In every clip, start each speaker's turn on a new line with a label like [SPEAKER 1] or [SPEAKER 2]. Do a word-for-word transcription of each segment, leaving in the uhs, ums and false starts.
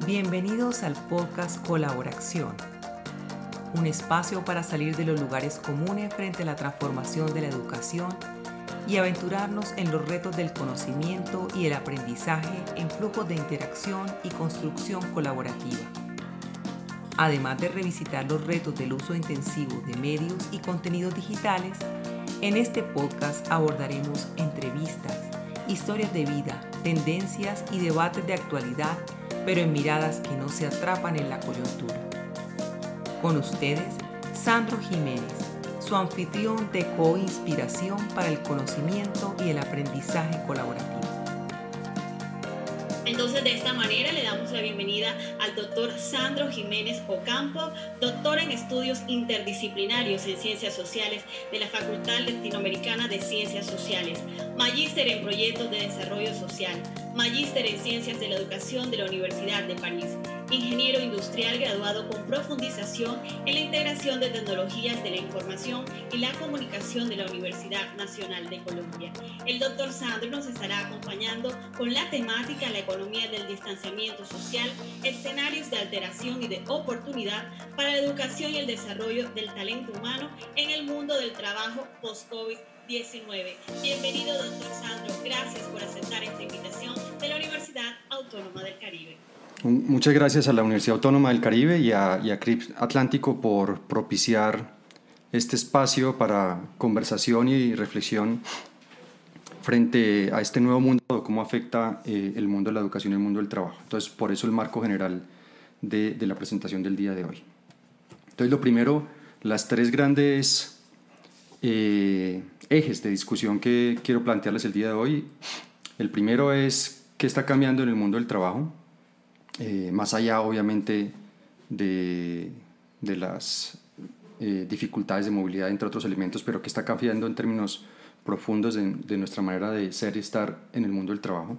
[SPEAKER 1] Bienvenidos al podcast Colaboración, un espacio para salir de los lugares comunes frente a la transformación de la educación y aventurarnos en los retos del conocimiento y el aprendizaje en flujos de interacción y construcción colaborativa. Además de revisitar los retos del uso intensivo de medios y contenidos digitales, en este podcast abordaremos entrevistas, historias de vida, tendencias y debates de actualidad, pero en miradas que no se atrapan en la coyuntura. Con ustedes, Sandro Jiménez, su anfitrión de co-inspiración para el conocimiento y el aprendizaje colaborativo.
[SPEAKER 2] Entonces, de esta manera le damos la bienvenida al doctor Sandro Jiménez Ocampo, doctor en estudios interdisciplinarios en ciencias sociales de la Facultad Latinoamericana de Ciencias Sociales, magíster en proyectos de desarrollo social, magíster en ciencias de la educación de la Universidad de París, ingeniero industrial graduado con profundización en la integración de tecnologías de la información y la comunicación de la Universidad Nacional de Colombia. El doctor Sandro nos estará acompañando con la temática la economía del distanciamiento social, escenarios de alteración y de oportunidad para la educación y el desarrollo del talento humano en el mundo del trabajo post-COVID diecinueve. Bienvenido, doctor Sandro. Gracias por aceptar esta invitación de la Universidad Autónoma del Caribe.
[SPEAKER 3] Muchas gracias a la Universidad Autónoma del Caribe y a, y a C R I P Atlántico por propiciar este espacio para conversación y reflexión frente a este nuevo mundo, cómo afecta eh, el mundo de la educación y el mundo del trabajo. Entonces, por eso el marco general de, de la presentación del día de hoy. Entonces, lo primero, las tres grandes eh, ejes de discusión que quiero plantearles el día de hoy. El primero es qué está cambiando en el mundo del trabajo. Eh, más allá obviamente de, de las eh, dificultades de movilidad entre otros elementos, pero que está cambiando en términos profundos de, de nuestra manera de ser y estar en el mundo del trabajo.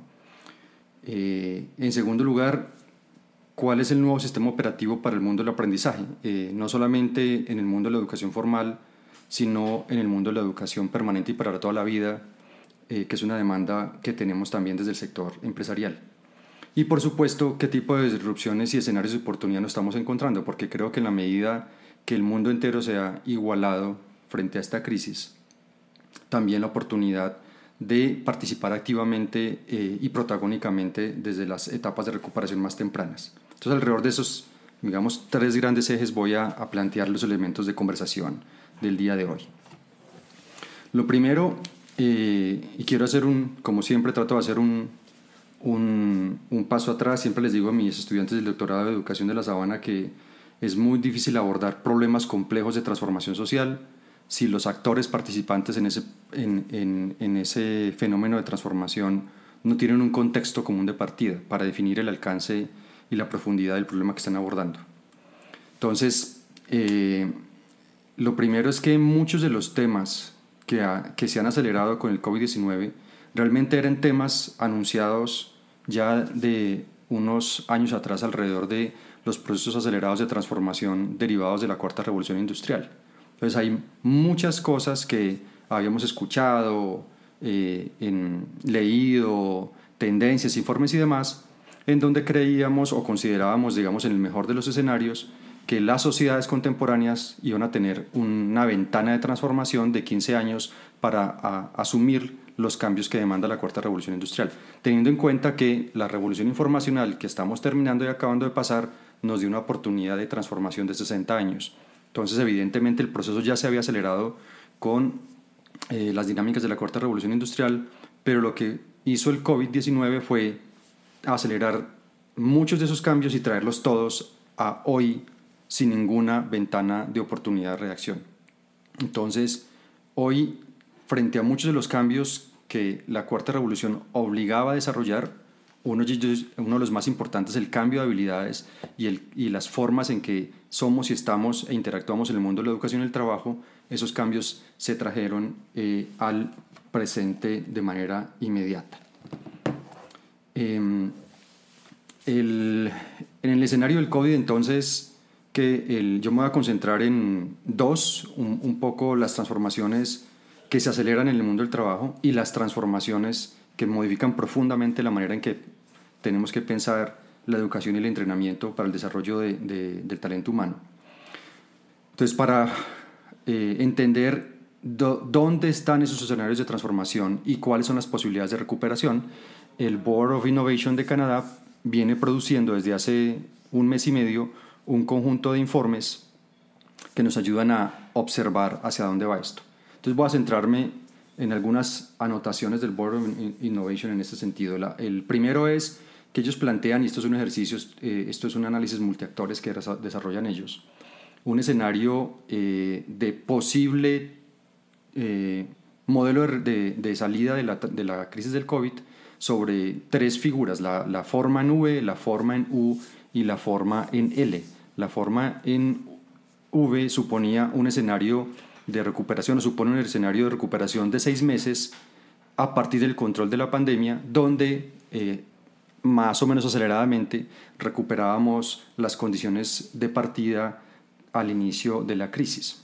[SPEAKER 3] Eh, en segundo lugar, ¿cuál es el nuevo sistema operativo para el mundo del aprendizaje? Eh, no solamente en el mundo de la educación formal, sino en el mundo de la educación permanente y para toda la vida, eh, que es una demanda que tenemos también desde el sector empresarial. Y por supuesto, qué tipo de disrupciones y escenarios de oportunidad nos estamos encontrando, porque creo que en la medida que el mundo entero se ha igualado frente a esta crisis, también la oportunidad de participar activamente eh, y protagónicamente desde las etapas de recuperación más tempranas. Entonces, alrededor de esos, digamos, tres grandes ejes voy a, a plantear los elementos de conversación del día de hoy. Lo primero, eh, y quiero hacer un, como siempre trato de hacer un Un, un paso atrás, siempre les digo a mis estudiantes del doctorado de Educación de la Sabana que es muy difícil abordar problemas complejos de transformación social si los actores participantes en ese, en, en, en ese fenómeno de transformación no tienen un contexto común de partida para definir el alcance y la profundidad del problema que están abordando. Entonces, eh, lo primero es que muchos de los temas que, ha, que se han acelerado con el COVID diecinueve realmente eran temas anunciados ya de unos años atrás alrededor de los procesos acelerados de transformación derivados de la cuarta revolución industrial. Entonces hay muchas cosas que habíamos escuchado, eh, en, leído, tendencias, informes y demás, en donde creíamos o considerábamos, digamos, en el mejor de los escenarios, que las sociedades contemporáneas iban a tener una ventana de transformación de quince años para a, asumir los cambios que demanda la cuarta revolución industrial, teniendo en cuenta que la revolución informacional que estamos terminando y acabando de pasar nos dio una oportunidad de transformación de sesenta años. Entonces, evidentemente, el proceso ya se había acelerado con eh, las dinámicas de la cuarta revolución industrial, pero lo que hizo el COVID diecinueve fue acelerar muchos de esos cambios y traerlos todos a hoy sin ninguna ventana de oportunidad de reacción. Entonces, hoy, frente a muchos de los cambios que la cuarta revolución obligaba a desarrollar, uno de, ellos, uno de los más importantes es el cambio de habilidades y, el, y las formas en que somos y estamos e interactuamos en el mundo de la educación y el trabajo. Esos cambios se trajeron eh, al presente de manera inmediata. Eh, el, en el escenario del COVID, entonces, que el, yo me voy a concentrar en dos, un, un poco las transformaciones que se aceleran en el mundo del trabajo y las transformaciones que modifican profundamente la manera en que tenemos que pensar la educación y el entrenamiento para el desarrollo de, de, del talento humano. Entonces, para eh, entender do, dónde están esos escenarios de transformación y cuáles son las posibilidades de recuperación, el Board of Innovation de Canadá viene produciendo desde hace un mes y medio un conjunto de informes que nos ayudan a observar hacia dónde va esto. Entonces voy a centrarme en algunas anotaciones del Board of Innovation en este sentido. La, el primero es que ellos plantean, y esto es un ejercicio, eh, esto es un análisis multiactores que desarrollan ellos, un escenario eh, de posible eh, modelo de, de, de salida de la, de la crisis del COVID sobre tres figuras, la, la forma en V, la forma en U y la forma en L. La forma en V suponía un escenario de recuperación, o supone un escenario de recuperación de seis meses a partir del control de la pandemia, donde eh, más o menos aceleradamente recuperábamos las condiciones de partida al inicio de la crisis.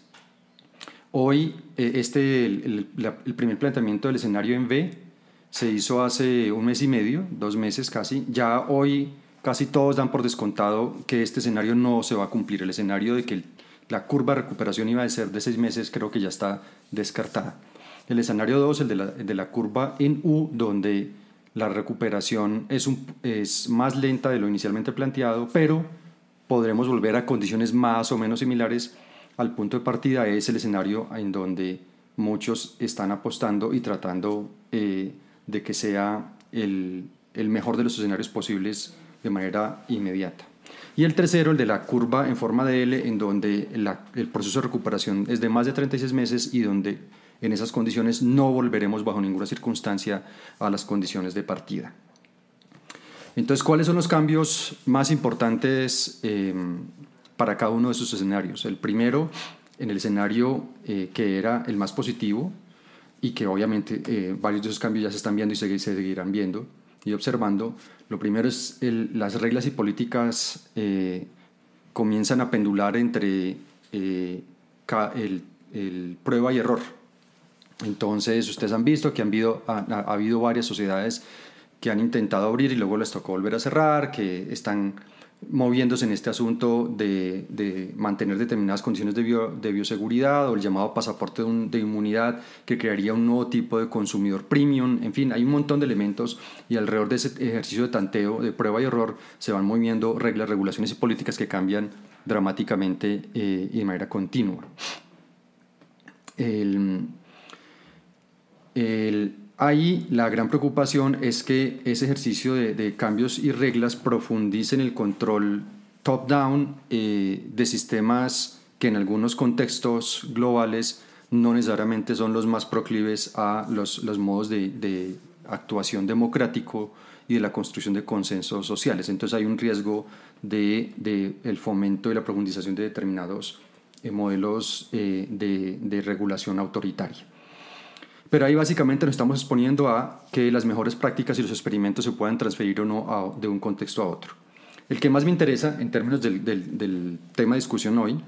[SPEAKER 3] Hoy, eh, este, el, el, el primer planteamiento del escenario en V se hizo hace un mes y medio, dos meses casi. Ya hoy casi todos dan por descontado que este escenario no se va a cumplir. El escenario de que el, la curva de recuperación iba a ser de seis meses creo que ya está descartada. El escenario dos, el de la, el de la curva en U, donde la recuperación es, un, es más lenta de lo inicialmente planteado, pero podremos volver a condiciones más o menos similares al punto de partida. Es el escenario en donde muchos están apostando y tratando eh, de que sea el, el mejor de los escenarios posibles de manera inmediata. Y el tercero, el de la curva en forma de L, en donde la, el proceso de recuperación es de más de treinta y seis meses y donde en esas condiciones no volveremos bajo ninguna circunstancia a las condiciones de partida. Entonces, ¿cuáles son los cambios más importantes eh, para cada uno de esos escenarios? El primero, en el escenario eh, que era el más positivo y que obviamente eh, varios de esos cambios ya se están viendo y se, se seguirán viendo y observando. Lo primero es el, las reglas y políticas eh, comienzan a pendular entre eh, el, el prueba y error. Entonces, ustedes han visto que han habido, ha, ha habido varias sociedades que han intentado abrir y luego les tocó volver a cerrar, que están moviéndose en este asunto de, de mantener determinadas condiciones de, bio, de bioseguridad o el llamado pasaporte de, un, de inmunidad, que crearía un nuevo tipo de consumidor premium. En fin, hay un montón de elementos y alrededor de ese ejercicio de tanteo, de prueba y error, se van moviendo reglas, regulaciones y políticas que cambian dramáticamente eh, y de manera continua. El, el Ahí la gran preocupación es que ese ejercicio de, de cambios y reglas profundice en el control top-down eh, de sistemas que en algunos contextos globales no necesariamente son los más proclives a los, los modos de, de actuación democrático y de la construcción de consensos sociales. Entonces hay un riesgo de, de el fomento y la profundización de determinados eh, modelos eh, de, de regulación autoritaria. Pero ahí básicamente nos estamos exponiendo a que las mejores prácticas y los experimentos se puedan transferir o no a, de un contexto a otro. El que más me interesa en términos del, del, del tema de discusión hoy,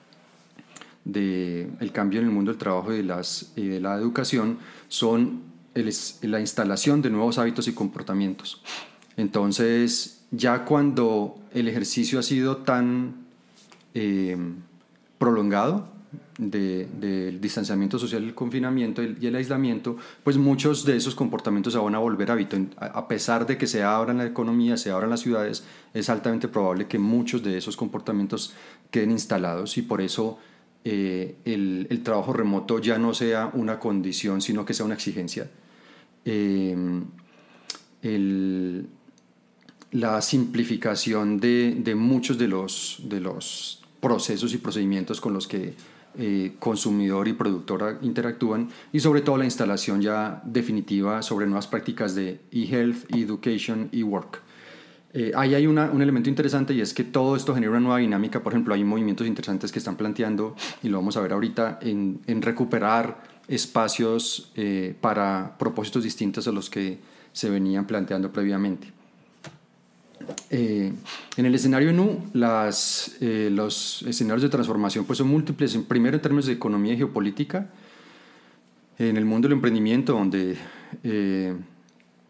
[SPEAKER 3] del cambio en el mundo del trabajo y de, las, y de la educación, son el, la instalación de nuevos hábitos y comportamientos. Entonces, ya cuando el ejercicio ha sido tan eh, prolongado, del de distanciamiento social, el confinamiento y el aislamiento, pues muchos de esos comportamientos se van a volver hábito. A pesar de que se abran la economía, se abran las ciudades, es altamente probable que muchos de esos comportamientos queden instalados y por eso eh, el, el trabajo remoto ya no sea una condición, sino que sea una exigencia. Eh, el, la simplificación de, de muchos de los, de los procesos y procedimientos con los que Eh, consumidor y productor interactúan y sobre todo la instalación ya definitiva sobre nuevas prácticas de e-health, e-education, e-work. Eh, ahí hay una, un elemento interesante y es que todo esto genera una nueva dinámica. Por ejemplo, hay movimientos interesantes que están planteando, y lo vamos a ver ahorita, en, en recuperar espacios eh, para propósitos distintos a los que se venían planteando previamente. Eh, en el escenario en U, las, eh, los escenarios de transformación pues son múltiples. En, primero, en términos de economía y geopolítica, en el mundo del emprendimiento, donde eh,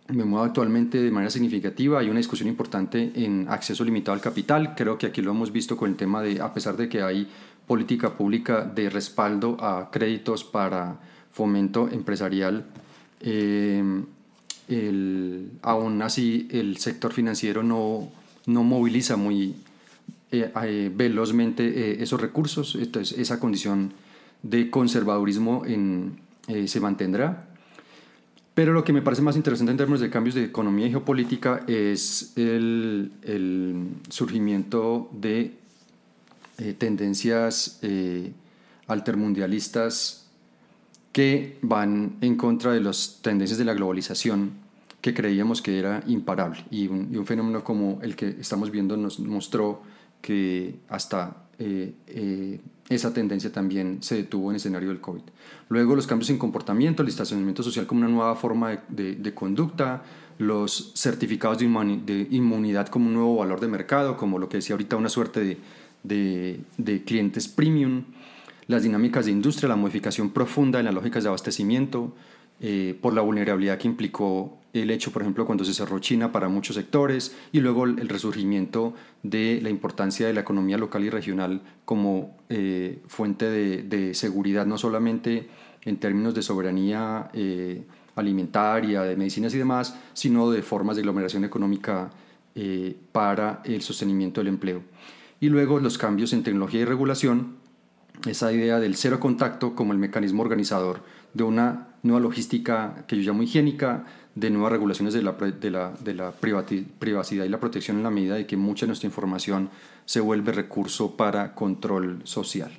[SPEAKER 3] me muevo actualmente de manera significativa. Hay una discusión importante en acceso limitado al capital. Creo que aquí lo hemos visto con el tema de, a pesar de que hay política pública de respaldo a créditos para fomento empresarial, eh, el, aún así el sector financiero no, no moviliza muy eh, eh, velozmente eh, esos recursos. Entonces esa condición de conservadurismo en, eh, se mantendrá. Pero lo que me parece más interesante en términos de cambios de economía y geopolítica es el, el surgimiento de eh, tendencias eh, altermundialistas que van en contra de las tendencias de la globalización que creíamos que era imparable. Y un, y un fenómeno como el que estamos viendo nos mostró que hasta eh, eh, esa tendencia también se detuvo en el escenario del COVID. Luego los cambios en comportamiento, el distanciamiento social como una nueva forma de, de, de conducta, los certificados de, inmuni, de inmunidad como un nuevo valor de mercado, como lo que decía ahorita, una suerte de, de, de clientes premium, las dinámicas de industria, la modificación profunda en las lógicas de abastecimiento, eh, por la vulnerabilidad que implicó el hecho, por ejemplo, cuando se cerró China para muchos sectores, y luego el resurgimiento de la importancia de la economía local y regional como eh, fuente de, de seguridad, no solamente en términos de soberanía eh, alimentaria, de medicinas y demás, sino de formas de aglomeración económica eh, para el sostenimiento del empleo. Y luego los cambios en tecnología y regulación, esa idea del cero contacto como el mecanismo organizador de una nueva logística que yo llamo higiénica, de nuevas regulaciones de la, de la, de la privacidad y la protección en la medida de que mucha de nuestra información se vuelve recurso para control social.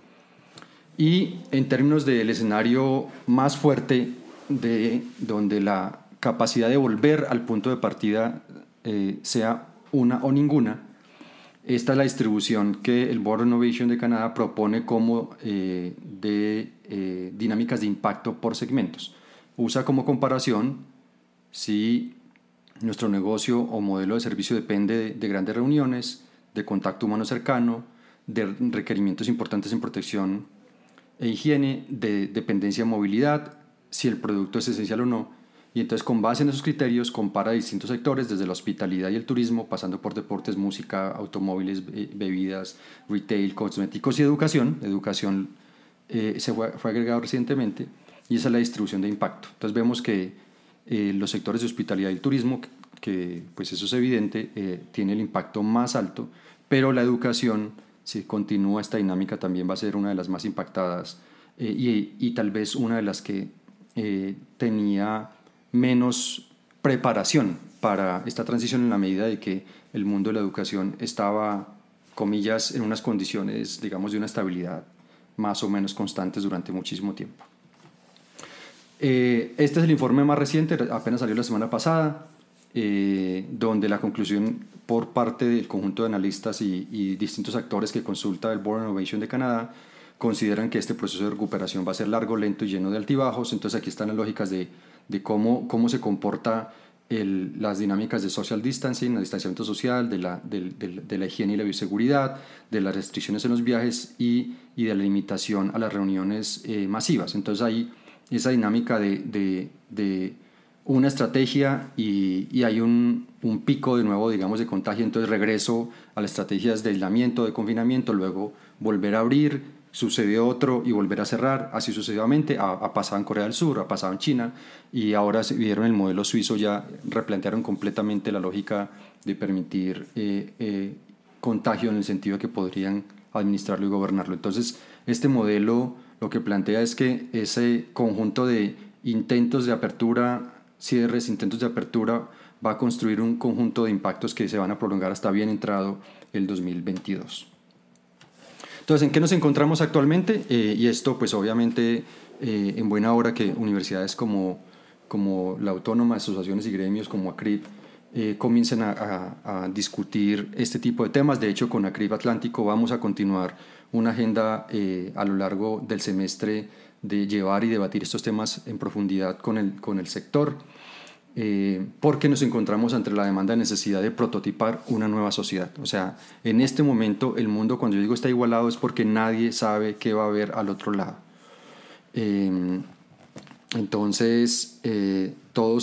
[SPEAKER 3] Y en términos del escenario más fuerte, de donde la capacidad de volver al punto de partida eh, sea una o ninguna, esta es la distribución que el Board of Innovation de Canadá propone como eh, de eh, dinámicas de impacto por segmentos. Usa como comparación si nuestro negocio o modelo de servicio depende de, de grandes reuniones, de contacto humano cercano, de requerimientos importantes en protección e higiene, de dependencia de movilidad, si el producto es esencial o no. Y entonces, con base en esos criterios, compara distintos sectores, desde la hospitalidad y el turismo, pasando por deportes, música, automóviles, bebidas, retail, cosméticos y educación. Educación eh, se fue, fue agregado recientemente, y esa es la distribución de impacto. Entonces vemos que eh, los sectores de hospitalidad y el turismo, que, que pues eso es evidente, eh, tiene el impacto más alto, pero la educación, si continúa esta dinámica, también va a ser una de las más impactadas eh, y, y tal vez una de las que eh, tenía menos preparación para esta transición, en la medida de que el mundo de la educación estaba, comillas, en unas condiciones, digamos, de una estabilidad más o menos constantes durante muchísimo tiempo. Eh, este es el informe más reciente, apenas salió la semana pasada, eh, donde la conclusión por parte del conjunto de analistas y, y distintos actores que consulta el Board of Innovation de Canadá consideran que este proceso de recuperación va a ser largo, lento y lleno de altibajos. Entonces aquí están las lógicas de, de cómo, cómo se comporta el, las dinámicas de social distancing, el distanciamiento social, de la, de, de, de la higiene y la bioseguridad, de las restricciones en los viajes y, y de la limitación a las reuniones eh, masivas. Entonces hay esa dinámica de, de, de una estrategia y, y hay un, un pico de nuevo, digamos, de contagio. Entonces regreso a las estrategias de aislamiento, de confinamiento, luego volver a abrir, sucedió otro y volver a cerrar, así sucesivamente. Ha, ha pasado en Corea del Sur, ha pasado en China, y ahora se vieron el modelo suizo, ya replantearon completamente la lógica de permitir eh, eh, contagio en el sentido de que podrían administrarlo y gobernarlo. Entonces este modelo lo que plantea es que ese conjunto de intentos de apertura, cierres, intentos de apertura, va a construir un conjunto de impactos que se van a prolongar hasta bien entrado el dos mil veintidós. Entonces, ¿en qué nos encontramos actualmente? Eh, y esto, pues obviamente, eh, en buena hora que universidades como, como la Autónoma, asociaciones y gremios como ACRIP eh, comiencen a, a, a discutir este tipo de temas. De hecho, con ACRIP Atlántico vamos a continuar una agenda eh, a lo largo del semestre de llevar y debatir estos temas en profundidad con el, con el sector. Eh, porque nos encontramos ante la demanda de necesidad de prototipar una nueva sociedad. O sea, en este momento el mundo, cuando yo digo está igualado, es porque nadie sabe qué va a haber al otro lado. Eh, entonces, eh, todos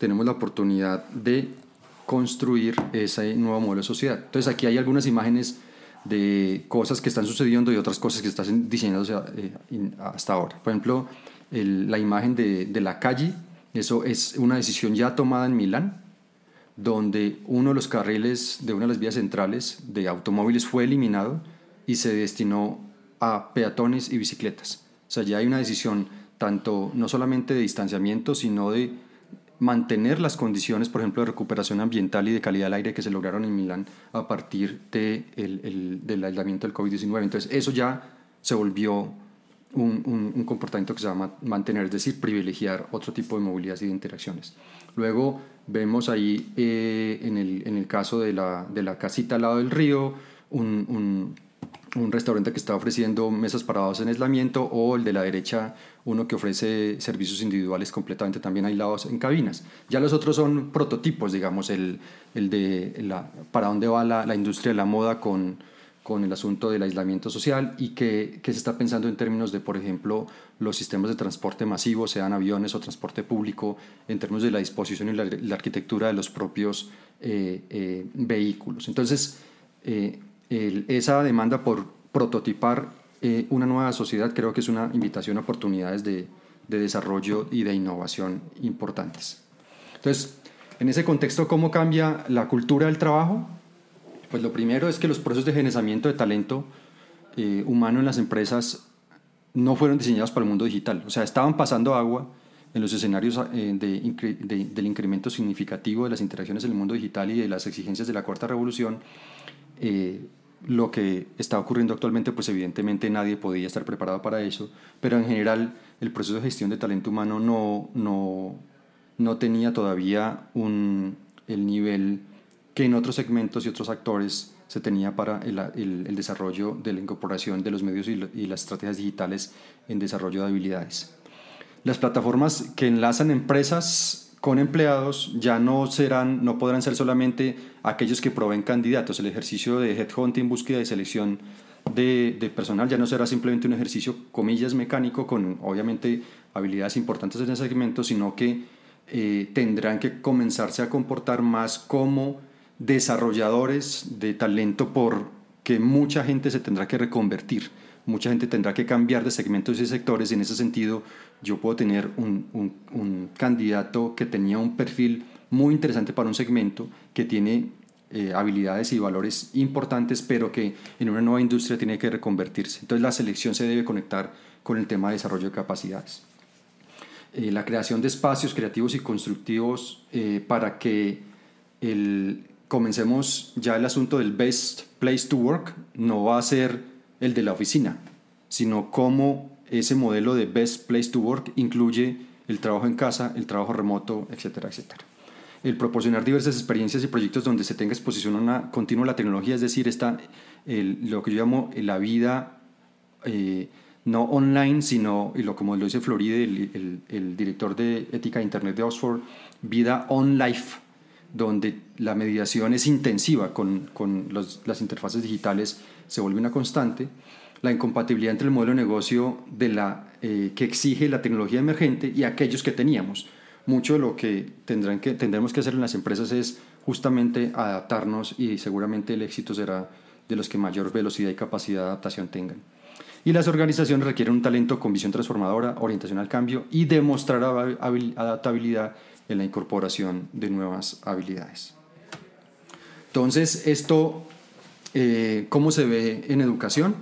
[SPEAKER 3] tenemos la oportunidad de construir ese nuevo modelo de sociedad. Entonces aquí hay algunas imágenes de cosas que están sucediendo y otras cosas que están diseñándose hasta ahora. Por ejemplo, el, la imagen de, de la calle, eso es una decisión ya tomada en Milán, donde uno de los carriles de una de las vías centrales de automóviles fue eliminado y se destinó a peatones y bicicletas. O sea, ya hay una decisión tanto no solamente de distanciamiento, sino de mantener las condiciones, por ejemplo, de recuperación ambiental y de calidad del aire que se lograron en Milán a partir de el, el, del aislamiento del COVID diecinueve. Entonces, eso ya se volvió un, un, un comportamiento que se va a mantener, es decir, privilegiar otro tipo de movilidad y de interacciones. Luego vemos ahí, eh, en, el, en el caso de la, de la casita al lado del río, un, un, un restaurante que está ofreciendo mesas para dos en aislamiento, o el de la derecha, uno que ofrece servicios individuales completamente también aislados en cabinas. Ya los otros son prototipos, digamos, el, el de la, para dónde va la, la industria de la moda con, con el asunto del aislamiento social, y que, que se está pensando en términos de, por ejemplo, los sistemas de transporte masivo, sean aviones o transporte público, en términos de la disposición y la, la arquitectura de los propios eh, eh, vehículos. Entonces, eh, el, esa demanda por prototipar eh, una nueva sociedad creo que es una invitación a oportunidades de, de desarrollo y de innovación importantes. Entonces, en ese contexto, ¿cómo cambia la cultura del trabajo? Pues lo primero es que los procesos de gerenciamiento de talento eh, humano en las empresas no fueron diseñados para el mundo digital. O sea, estaban pasando agua en los escenarios eh, de, de, del incremento significativo de las interacciones en el mundo digital y de las exigencias de la cuarta revolución. Eh, lo que está ocurriendo actualmente, pues evidentemente nadie podía estar preparado para eso, pero en general el proceso de gestión de talento humano no, no, no tenía todavía un, el nivel que en otros segmentos y otros actores se tenía para el, el, el desarrollo de la incorporación de los medios y, lo, y las estrategias digitales en desarrollo de habilidades. Las plataformas que enlazan empresas con empleados ya no serán, no podrán ser solamente aquellos que proveen candidatos. El ejercicio de headhunting, búsqueda y selección de, de personal, ya no será simplemente un ejercicio, comillas, mecánico, con obviamente habilidades importantes en ese segmento, sino que eh, tendrán que comenzarse a comportar más como desarrolladores de talento, porque mucha gente se tendrá que reconvertir, mucha gente tendrá que cambiar de segmentos y sectores, y en ese sentido yo puedo tener un, un, un candidato que tenía un perfil muy interesante para un segmento, que tiene eh, habilidades y valores importantes, pero que en una nueva industria tiene que reconvertirse. Entonces la selección se debe conectar con el tema de desarrollo de capacidades. Eh, la creación de espacios creativos y constructivos eh, para que el, comencemos ya el asunto del best place to work no va a ser el de la oficina, sino cómo ese modelo de best place to work incluye el trabajo en casa, el trabajo remoto, etcétera, etcétera. El proporcionar diversas experiencias y proyectos donde se tenga exposición a una continua a la tecnología, es decir, está el, lo que yo llamo la vida eh, no online, sino, y lo como lo dice Floride, el, el, el director de ética de Internet de Oxford, vida on life, donde la mediación es intensiva con, con los, las interfaces digitales, se vuelve una constante. La incompatibilidad entre el modelo de negocio de la, eh, que exige la tecnología emergente y aquellos que teníamos. Mucho de lo que, tendrán que tendremos que hacer en las empresas es justamente adaptarnos, y seguramente el éxito será de los que mayor velocidad y capacidad de adaptación tengan. Y las organizaciones requieren un talento con visión transformadora, orientación al cambio y demostrar adaptabilidad en la incorporación de nuevas habilidades. Entonces, esto, eh, ¿cómo se ve en educación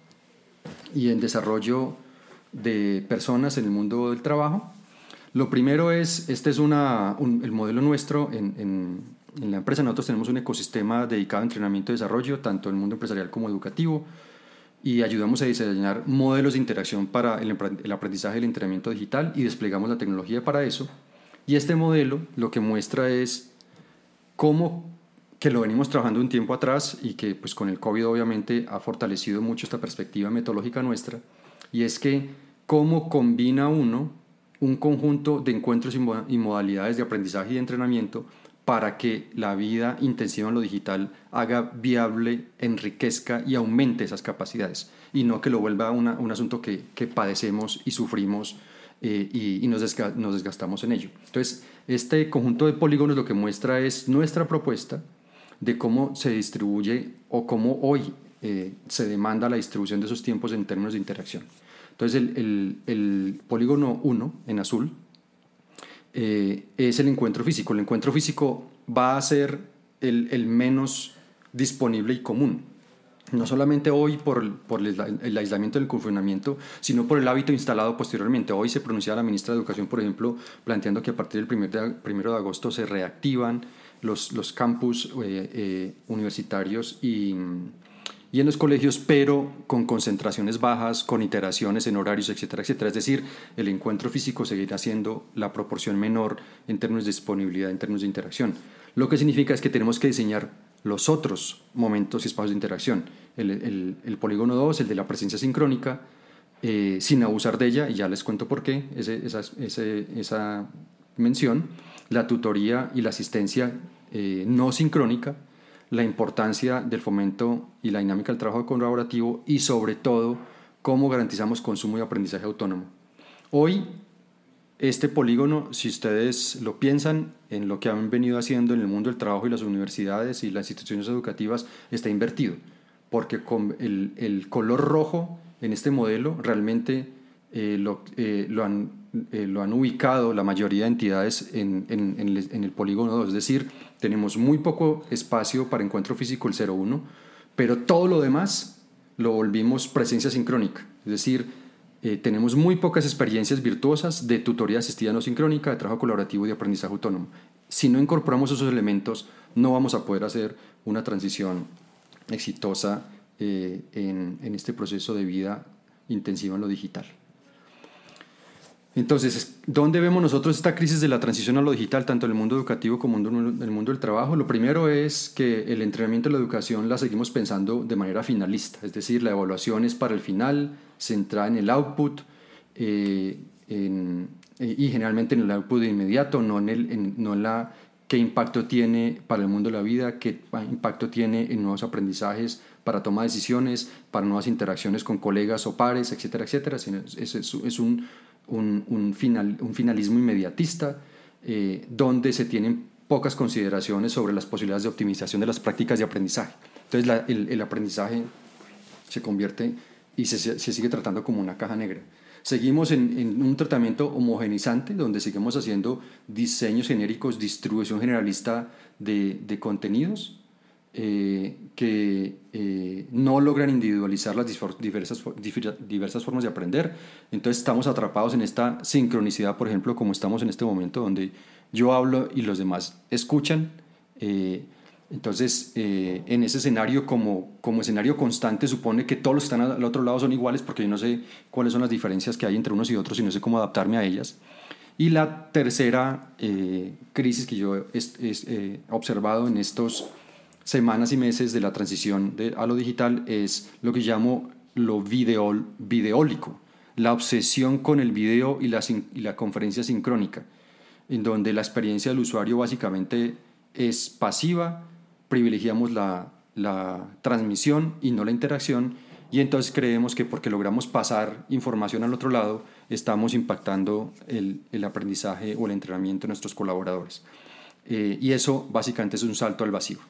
[SPEAKER 3] y en desarrollo de personas en el mundo del trabajo? Lo primero es, este es una, un, el modelo nuestro en, en, en la empresa. Nosotros tenemos un ecosistema dedicado a entrenamiento y desarrollo, tanto en el mundo empresarial como educativo, y ayudamos a diseñar modelos de interacción para el, el aprendizaje y el entrenamiento digital, y desplegamos la tecnología para eso. Y este modelo lo que muestra es cómo, que lo venimos trabajando un tiempo atrás y que pues con el COVID obviamente ha fortalecido mucho esta perspectiva metodológica nuestra, y es que cómo combina uno un conjunto de encuentros y modalidades de aprendizaje y de entrenamiento para que la vida intensiva en lo digital haga viable, enriquezca y aumente esas capacidades, y no que lo vuelva una, un asunto que, que padecemos y sufrimos eh, y, y nos, desga, nos desgastamos en ello. Entonces, Este conjunto de polígonos lo que muestra es nuestra propuesta de cómo se distribuye o cómo hoy eh, se demanda la distribución de esos tiempos en términos de interacción. Entonces el, el, el polígono uno en azul eh, es el encuentro físico. El encuentro físico va a ser el, el menos disponible y común. No solamente hoy por, el, por el, el aislamiento del confinamiento, sino por el hábito instalado posteriormente. Hoy se pronunciaba la ministra de Educación, por ejemplo, planteando que a partir del primero de agosto se reactivan los, los campus eh, eh, universitarios y, y en los colegios, pero con concentraciones bajas, con iteraciones en horarios, etcétera, etcétera. Es decir, el encuentro físico seguirá siendo la proporción menor en términos de disponibilidad, en términos de interacción. Lo que significa es que tenemos que diseñar los otros momentos y espacios de interacción. El, el, el polígono dos, el de la presencia sincrónica, eh, sin abusar de ella, y ya les cuento por qué, ese, esa, ese, esa mención, la tutoría y la asistencia eh, no sincrónica, la importancia del fomento y la dinámica del trabajo colaborativo y sobre todo cómo garantizamos consumo y aprendizaje autónomo. Hoy este polígono, si ustedes lo piensan en lo que han venido haciendo en el mundo del trabajo y las universidades y las instituciones educativas, está invertido, porque con el, el color rojo en este modelo realmente eh, lo, eh, lo, han, eh, lo han ubicado la mayoría de entidades en, en, en, el, en el polígono dos, es decir, tenemos muy poco espacio para encuentro físico, el cero uno, pero todo lo demás lo volvimos presencia sincrónica, es decir, Eh, tenemos muy pocas experiencias virtuosas de tutoría asistida no sincrónica, de trabajo colaborativo y de aprendizaje autónomo. Si no incorporamos esos elementos, no vamos a poder hacer una transición exitosa eh, en, en este proceso de vida intensiva en lo digital. Entonces, ¿dónde vemos nosotros esta crisis de la transición a lo digital, tanto en el mundo educativo como en el mundo del trabajo? Lo primero es que el entrenamiento de la educación la seguimos pensando de manera finalista, es decir, la evaluación es para el final, centrada en el output eh, en, eh, y generalmente en el output de inmediato, no en, el, en, no en la qué impacto tiene para el mundo de la vida, qué impacto tiene en nuevos aprendizajes para toma de decisiones, para nuevas interacciones con colegas o pares, etcétera, etcétera. Es, es, es un, un, un, final, un finalismo inmediatista eh, donde se tienen pocas consideraciones sobre las posibilidades de optimización de las prácticas de aprendizaje. Entonces la, el, el aprendizaje se convierte y se, se sigue tratando como una caja negra. Seguimos en, en un tratamiento homogenizante donde seguimos haciendo diseños genéricos, distribución generalista de, de contenidos eh, que eh, no logran individualizar las diversas, diversas formas de aprender. Entonces estamos atrapados en esta sincronicidad, por ejemplo, como estamos en este momento, donde yo hablo y los demás escuchan. Eh, Entonces, eh, en ese escenario, como, como escenario constante, supone que todos los que están al otro lado son iguales, porque yo no sé cuáles son las diferencias que hay entre unos y otros y no sé cómo adaptarme a ellas. Y la tercera eh, crisis que yo he eh, observado en estas semanas y meses de la transición de, a lo digital es lo que llamo lo videol, videólico, la obsesión con el video y la, y la conferencia sincrónica, en donde la experiencia del usuario básicamente es pasiva, privilegiamos la, la transmisión y no la interacción, y entonces creemos que porque logramos pasar información al otro lado estamos impactando el, el aprendizaje o el entrenamiento de nuestros colaboradores. Eh, y eso básicamente es un salto al vacío.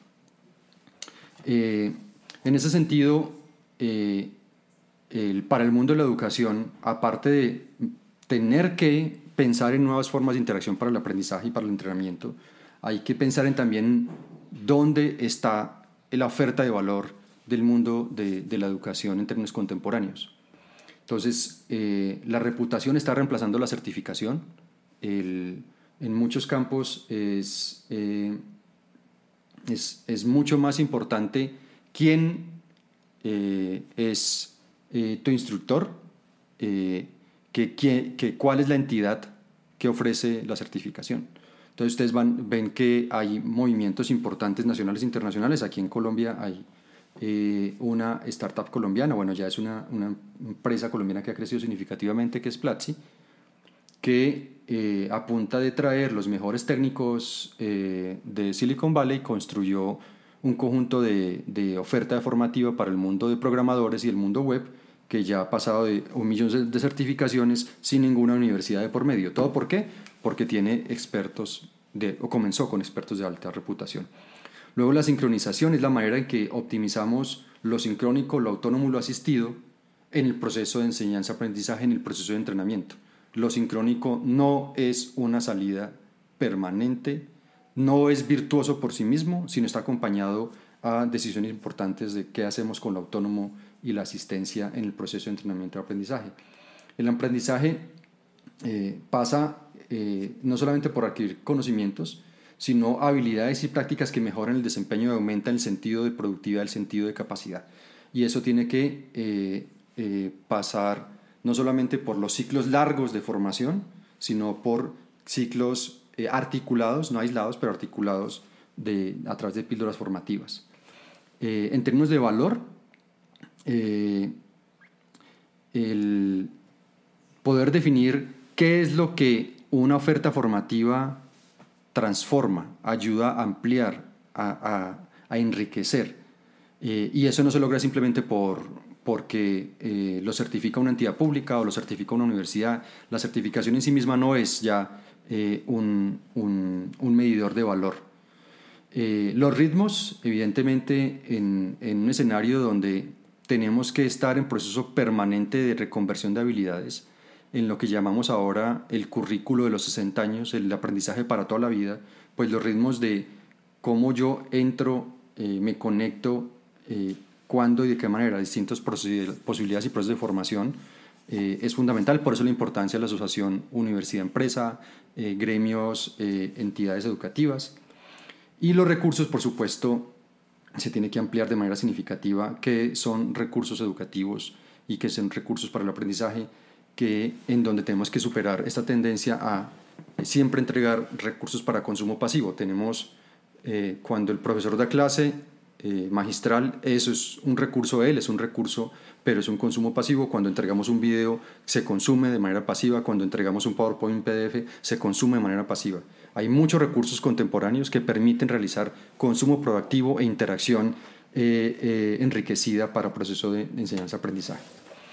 [SPEAKER 3] Eh, en ese sentido, eh, el, para el mundo de la educación, aparte de tener que pensar en nuevas formas de interacción para el aprendizaje y para el entrenamiento, hay que pensar en también dónde está la oferta de valor del mundo de, de la educación en términos contemporáneos. Entonces, eh, la reputación está reemplazando la certificación. El, en muchos campos es, eh, es, es mucho más importante quién eh, es eh, tu instructor eh, que, que, que cuál es la entidad que ofrece la certificación. Entonces ustedes van, ven que hay movimientos importantes nacionales e internacionales. Aquí en Colombia hay eh, una startup colombiana, bueno, ya es una, una empresa colombiana que ha crecido significativamente, que es Platzi, que eh, a punta de traer los mejores técnicos eh, de Silicon Valley construyó un conjunto de, de oferta formativa para el mundo de programadores y el mundo web, que ya ha pasado de un millón de certificaciones sin ninguna universidad de por medio. ¿Todo por qué? porque tiene expertos de, o comenzó con expertos de alta reputación. Luego la sincronización es la manera en que optimizamos lo sincrónico, lo autónomo y lo asistido en el proceso de enseñanza-aprendizaje, en el proceso de entrenamiento. Lo sincrónico no es una salida permanente, no es virtuoso por sí mismo, sino está acompañado a decisiones importantes de qué hacemos con lo autónomo y la asistencia en el proceso de entrenamiento y aprendizaje. El aprendizaje eh, pasa eh, no solamente por adquirir conocimientos, sino habilidades y prácticas que mejoran el desempeño y aumentan el sentido de productividad, el sentido de capacidad. Y eso tiene que eh, eh, pasar no solamente por los ciclos largos de formación, sino por ciclos eh, articulados, no aislados, pero articulados de, a través de píldoras formativas. Eh, en términos de valor, eh, el poder definir qué es lo que una oferta formativa transforma, ayuda a ampliar, a, a, a enriquecer. Eh, y eso no se logra simplemente por, porque eh, lo certifica una entidad pública o lo certifica una universidad. La certificación en sí misma no es ya eh, un, un, un medidor de valor. Eh, los ritmos, evidentemente, en, en un escenario donde tenemos que estar en proceso permanente de reconversión de habilidades, en lo que llamamos ahora el currículo de los sesenta años, el aprendizaje para toda la vida, pues los ritmos de cómo yo entro, eh, me conecto, eh, cuándo y de qué manera, distintas posibilidades y procesos de formación, eh, es fundamental. Por eso la importancia de la asociación universidad-empresa, eh, gremios, eh, entidades educativas. Y los recursos, por supuesto, se tiene que ampliar de manera significativa, que son recursos educativos y que son recursos para el aprendizaje, que en donde tenemos que superar esta tendencia a siempre entregar recursos para consumo pasivo. Tenemos, eh, cuando el profesor da clase eh, magistral, eso es un recurso de él, es un recurso, pero es un consumo pasivo. Cuando entregamos un video, se consume de manera pasiva. Cuando entregamos un PowerPoint, un P D F, se consume de manera pasiva. Hay muchos recursos contemporáneos que permiten realizar consumo proactivo e interacción eh, eh, enriquecida para el proceso de enseñanza-aprendizaje.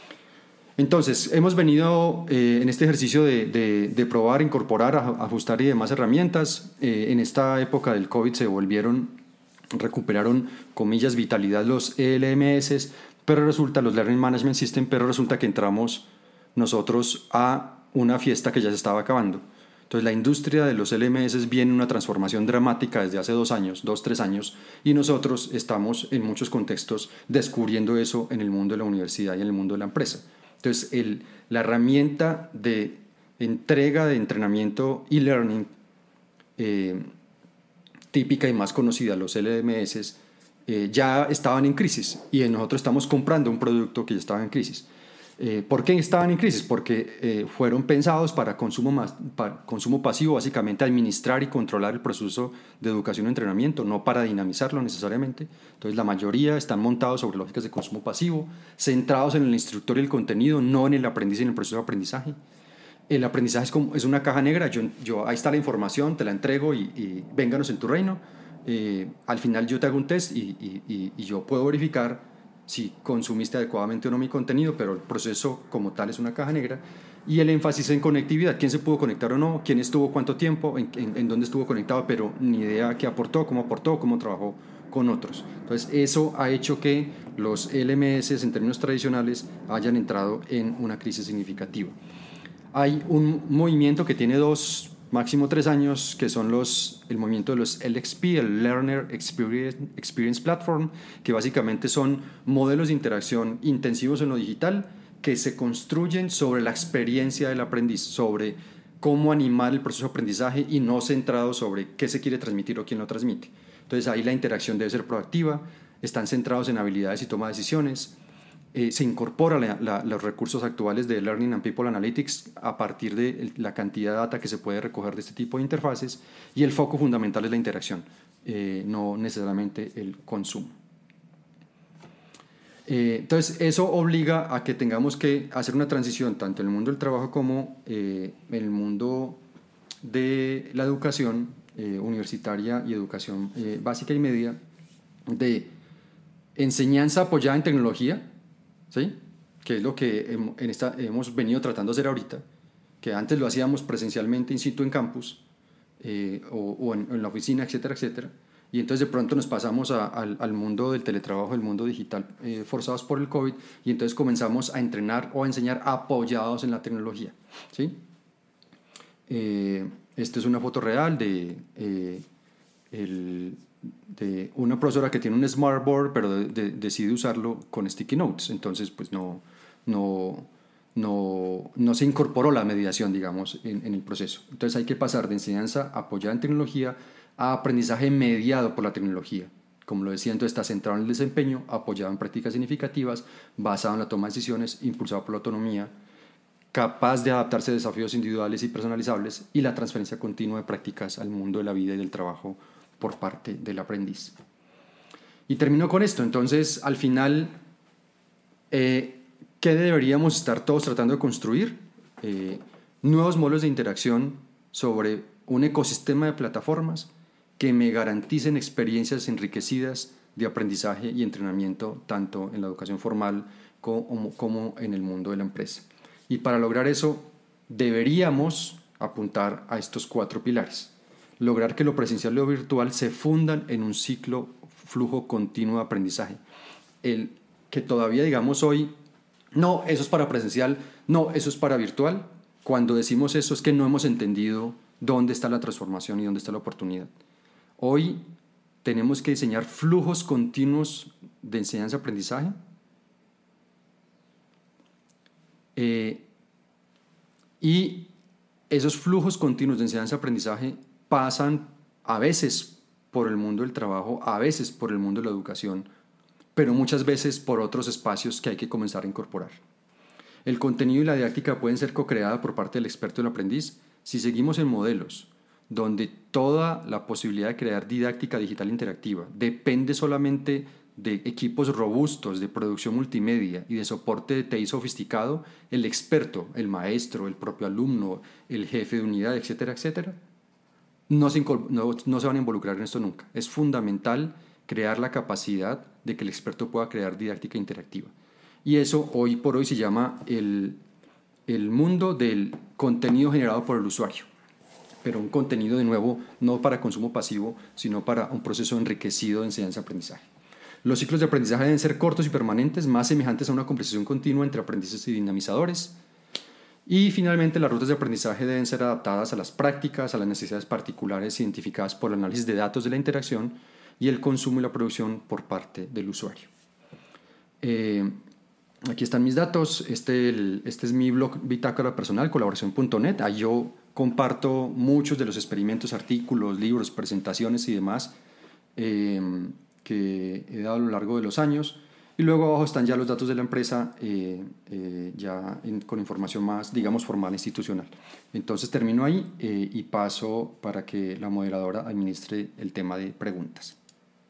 [SPEAKER 3] Entonces, hemos venido eh, en este ejercicio de, de, de probar, incorporar, ajustar y demás herramientas. Eh, en esta época del COVID se volvieron, recuperaron, comillas, vitalidad los E L M S, pero resulta, los Learning Management System, pero resulta que entramos nosotros a una fiesta que ya se estaba acabando. Entonces, la industria de los L M S viene en una transformación dramática desde hace dos años, dos, tres años, y nosotros estamos en muchos contextos descubriendo eso en el mundo de la universidad y en el mundo de la empresa. Entonces, el, la herramienta de entrega de entrenamiento e-learning eh, típica y más conocida, los L M S, eh, ya estaban en crisis y nosotros estamos comprando un producto que ya estaba en crisis. Eh, ¿Por qué estaban en crisis? Porque eh, fueron pensados para consumo, más, para consumo pasivo, básicamente administrar y controlar el proceso de educación y entrenamiento, no para dinamizarlo necesariamente. Entonces la mayoría están montados sobre lógicas de consumo pasivo, centrados en el instructor y el contenido, no en el aprendiz y en el proceso de aprendizaje. El aprendizaje es, como, es una caja negra, yo, yo, ahí está la información, te la entrego y, y vénganos en tu reino. Eh, al final yo te hago un test y, y, y, y yo puedo verificar si consumiste adecuadamente o no mi contenido, pero el proceso como tal es una caja negra. Y el énfasis en conectividad, quién se pudo conectar o no, quién estuvo cuánto tiempo, en, en, en dónde estuvo conectado, pero ni idea qué aportó, cómo aportó, cómo trabajó con otros. Entonces eso ha hecho que los L M S en términos tradicionales hayan entrado en una crisis significativa. Hay un movimiento que tiene dos, máximo tres años, que son los, el movimiento de los L X P, el Learner Experience, Experience Platform, que básicamente son modelos de interacción intensivos en lo digital que se construyen sobre la experiencia del aprendiz, sobre cómo animar el proceso de aprendizaje y no centrado sobre qué se quiere transmitir o quién lo transmite. Entonces ahí la interacción debe ser proactiva, están centrados en habilidades y toma de decisiones. Eh, se incorpora la, la, los recursos actuales de Learning and People Analytics a partir de la cantidad de data que se puede recoger de este tipo de interfaces, y el foco fundamental es la interacción, eh, no necesariamente el consumo. Eh, entonces eso obliga a que tengamos que hacer una transición tanto en el mundo del trabajo como eh, en el mundo de la educación eh, universitaria y educación eh, básica y media, de enseñanza apoyada en tecnología, ¿sí? Que es lo que en esta, hemos venido tratando de hacer ahorita, que antes lo hacíamos presencialmente in situ en campus eh, o, o en, en la oficina, etcétera, etcétera. Y entonces de pronto nos pasamos a, al, al mundo del teletrabajo, el mundo digital, eh, forzados por el COVID, y entonces comenzamos a entrenar o a enseñar apoyados en la tecnología, ¿sí? Eh, esta es una foto real de, eh, el, de una profesora que tiene un smartboard, pero de, de, decide usarlo con sticky notes. Entonces, pues no, no, no, no se incorporó la mediación, digamos, en, en el proceso. Entonces hay que pasar de enseñanza apoyada en tecnología a aprendizaje mediado por la tecnología. Como lo decía, entonces está centrado en el desempeño, apoyado en prácticas significativas, basado en la toma de decisiones, impulsado por la autonomía, capaz de adaptarse a desafíos individuales y personalizables, y la transferencia continua de prácticas al mundo de la vida y del trabajo por parte del aprendiz. Y termino con esto. Entonces, al final, eh, ¿qué deberíamos estar todos tratando de construir? Eh, nuevos modelos de interacción sobre un ecosistema de plataformas que me garanticen experiencias enriquecidas de aprendizaje y entrenamiento, tanto en la educación formal como, como en el mundo de la empresa. Y para lograr eso, deberíamos apuntar a estos cuatro pilares. Lograr que lo presencial y lo virtual se fundan en un ciclo, flujo continuo de aprendizaje. El que todavía digamos hoy, no, eso es para presencial, no, eso es para virtual. Cuando decimos eso es que no hemos entendido dónde está la transformación y dónde está la oportunidad. Hoy tenemos que diseñar flujos continuos de enseñanza-aprendizaje eh, y esos flujos continuos de enseñanza-aprendizaje pasan a veces por el mundo del trabajo, a veces por el mundo de la educación, pero muchas veces por otros espacios que hay que comenzar a incorporar. El contenido y la didáctica pueden ser co-creadas por parte del experto y el aprendiz si seguimos en modelos donde toda la posibilidad de crear didáctica digital interactiva depende solamente de equipos robustos de producción multimedia y de soporte de T I sofisticado, el experto, el maestro, el propio alumno, el jefe de unidad, etcétera, etcétera, no se, no, no se van a involucrar en esto nunca. Es fundamental crear la capacidad de que el experto pueda crear didáctica interactiva. Y eso hoy por hoy se llama el, el mundo del contenido generado por el usuario. Pero un contenido, de nuevo, no para consumo pasivo, sino para un proceso enriquecido de enseñanza-aprendizaje. Los ciclos de aprendizaje deben ser cortos y permanentes, más semejantes a una conversación continua entre aprendices y dinamizadores. Y finalmente, las rutas de aprendizaje deben ser adaptadas a las prácticas, a las necesidades particulares identificadas por el análisis de datos de la interacción y el consumo y la producción por parte del usuario. Eh, aquí están mis datos. Este, el, este es mi blog bitácora personal, colaboración punto net. Ahí yo comparto muchos de los experimentos, artículos, libros, presentaciones y demás eh, que he dado a lo largo de los años. Y luego abajo están ya los datos de la empresa, eh, eh, ya en, con información más, digamos, formal e institucional. Entonces termino ahí eh, y paso para que la moderadora administre el tema de preguntas.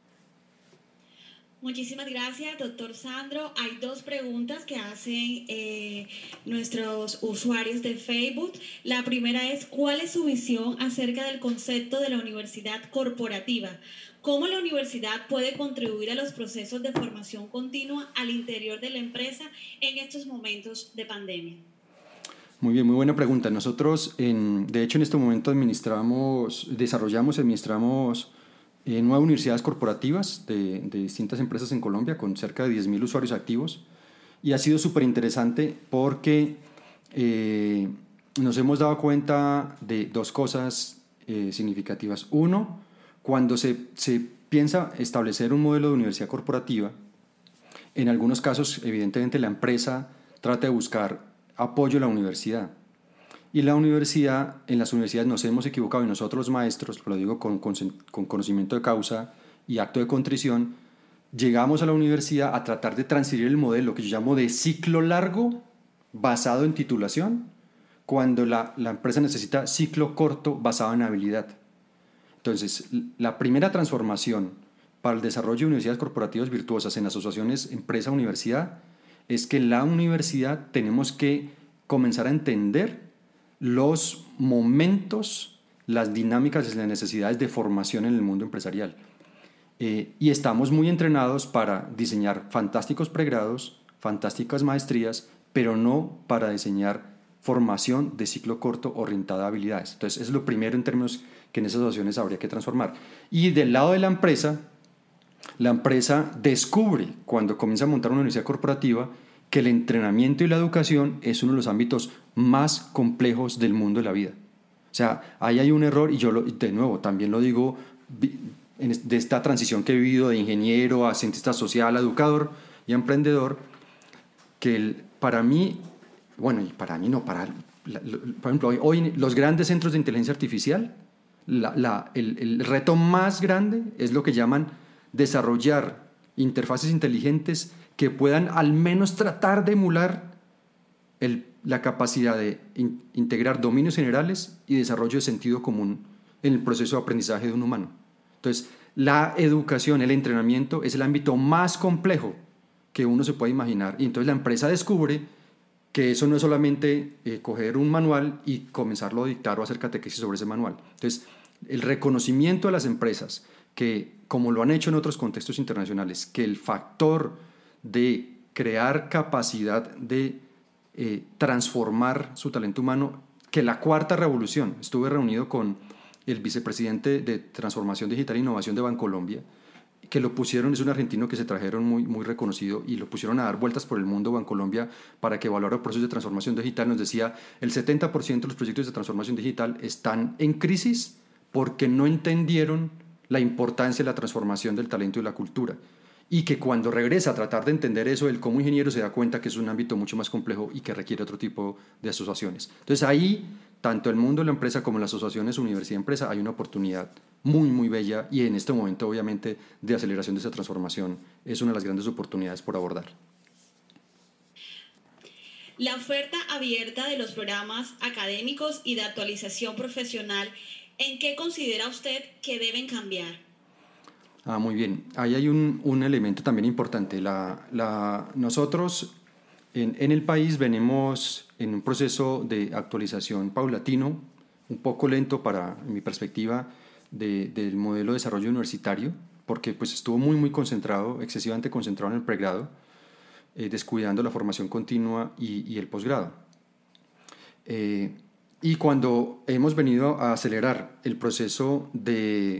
[SPEAKER 2] Muchísimas gracias, doctor Sandro. Hay dos preguntas que hacen eh, nuestros usuarios de Facebook. La primera es, ¿cuál es su visión acerca del concepto de la universidad corporativa? ¿Cómo la universidad puede contribuir a los procesos de formación continua al interior de la empresa en estos momentos de pandemia?
[SPEAKER 3] Muy bien, muy buena pregunta. Nosotros, en, de hecho, en este momento administramos, desarrollamos, administramos Eh, nueve universidades corporativas de, de distintas empresas en Colombia con cerca de diez mil usuarios activos, y ha sido súper interesante porque eh, nos hemos dado cuenta de dos cosas eh, significativas. Uno, cuando se, se piensa establecer un modelo de universidad corporativa, en algunos casos evidentemente la empresa trata de buscar apoyo a la universidad. Y la universidad, en las universidades nos hemos equivocado, y nosotros los maestros, lo digo con, con, con conocimiento de causa y acto de contrición, llegamos a la universidad a tratar de transferir el modelo que yo llamo de ciclo largo basado en titulación, cuando la, la empresa necesita ciclo corto basado en habilidad. Entonces, la primera transformación para el desarrollo de universidades corporativas virtuosas en asociaciones empresa-universidad es que en la universidad tenemos que comenzar a entender los momentos, las dinámicas y las necesidades de formación en el mundo empresarial. Eh, y estamos muy entrenados para diseñar fantásticos pregrados, fantásticas maestrías, pero no para diseñar formación de ciclo corto orientada a habilidades. Entonces, eso es lo primero en términos que en esas asociaciones habría que transformar. Y del lado de la empresa, la empresa descubre, cuando comienza a montar una universidad corporativa, que el entrenamiento y la educación es uno de los ámbitos más complejos del mundo de la vida. O sea, ahí hay un error, y yo lo, de nuevo también lo digo, de esta transición que he vivido de ingeniero a cientista social, a educador y a emprendedor, que el, para mí, bueno, y para mí no, para, la, lo, por ejemplo, hoy, hoy los grandes centros de inteligencia artificial, la, la, el, el reto más grande es lo que llaman desarrollar interfaces inteligentes que puedan al menos tratar de emular el, la capacidad de in, integrar dominios generales y desarrollo de sentido común en el proceso de aprendizaje de un humano. Entonces, la educación, el entrenamiento es el ámbito más complejo que uno se puede imaginar. Y entonces la empresa descubre que eso no es solamente eh, coger un manual y comenzarlo a dictar o hacer catequesis sobre ese manual. Entonces, el reconocimiento de las empresas que, como lo han hecho en otros contextos internacionales, que el factor de crear capacidad de eh, transformar su talento humano, que la cuarta revolución, estuve reunido con el vicepresidente de Transformación Digital e Innovación de Bancolombia, que lo pusieron, es un argentino que se trajeron muy, muy reconocido y lo pusieron a dar vueltas por el mundo, Bancolombia, para que evaluara procesos de transformación digital. Nos decía, el setenta por ciento de los proyectos de transformación digital están en crisis porque no entendieron la importancia de la transformación del talento y la cultura. Y que cuando regresa a tratar de entender eso, él como ingeniero se da cuenta que es un ámbito mucho más complejo y que requiere otro tipo de asociaciones. Entonces ahí, tanto el mundo de la empresa como las asociaciones universidad-empresa, hay una oportunidad muy, muy bella y en este momento, obviamente, de aceleración de esa transformación, es una de las grandes oportunidades por abordar.
[SPEAKER 2] La oferta abierta de los programas académicos y de actualización profesional, ¿en qué considera usted que deben cambiar?
[SPEAKER 3] Ah, muy bien. Ahí hay un, un elemento también importante. La, la, nosotros en, en el país venimos en un proceso de actualización paulatino, un poco lento para en mi perspectiva de, del modelo de desarrollo universitario, porque pues, estuvo muy, muy concentrado, excesivamente concentrado en el pregrado, eh, descuidando la formación continua y, y el posgrado. Eh, y cuando hemos venido a acelerar el proceso de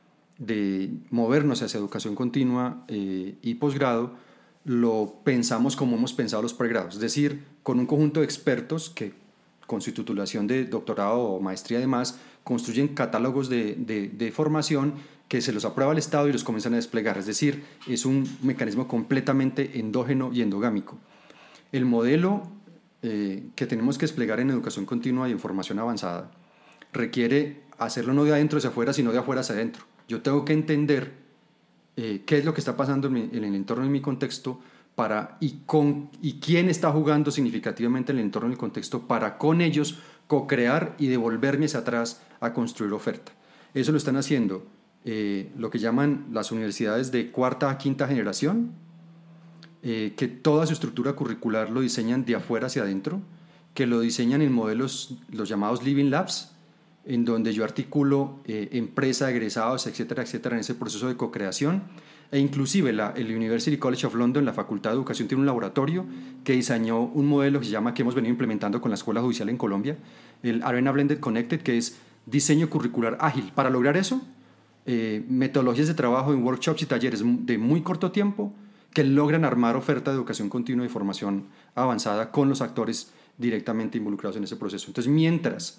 [SPEAKER 3] de movernos hacia educación continua eh, y posgrado, lo pensamos como hemos pensado los pregrados, es decir, con un conjunto de expertos que con su titulación de doctorado o maestría además construyen catálogos de, de, de formación que se los aprueba el Estado y los comienzan a desplegar, es decir, es un mecanismo completamente endógeno y endogámico. El modelo eh, que tenemos que desplegar en educación continua y en formación avanzada requiere hacerlo no de adentro hacia afuera, sino de afuera hacia adentro. Yo tengo que entender eh, qué es lo que está pasando en, mi, en el entorno, en mi contexto, para, y, con, y quién está jugando significativamente en el entorno, en el contexto, para con ellos co-crear y devolverme hacia atrás a construir oferta. Eso lo están haciendo eh, lo que llaman las universidades de cuarta a quinta generación, eh, que toda su estructura curricular lo diseñan de afuera hacia adentro, que lo diseñan en modelos, los llamados Living Labs, en donde yo articulo eh, empresa, egresados, etcétera, etcétera, en ese proceso de co-creación. E inclusive la, el University College of London, la Facultad de Educación, tiene un laboratorio que diseñó un modelo que se llama, que hemos venido implementando con la Escuela Judicial en Colombia, el Arena Blended Connected, que es diseño curricular ágil. Para lograr eso, eh, metodologías de trabajo en workshops y talleres de muy corto tiempo que logran armar oferta de educación continua y formación avanzada con los actores directamente involucrados en ese proceso. Entonces, mientras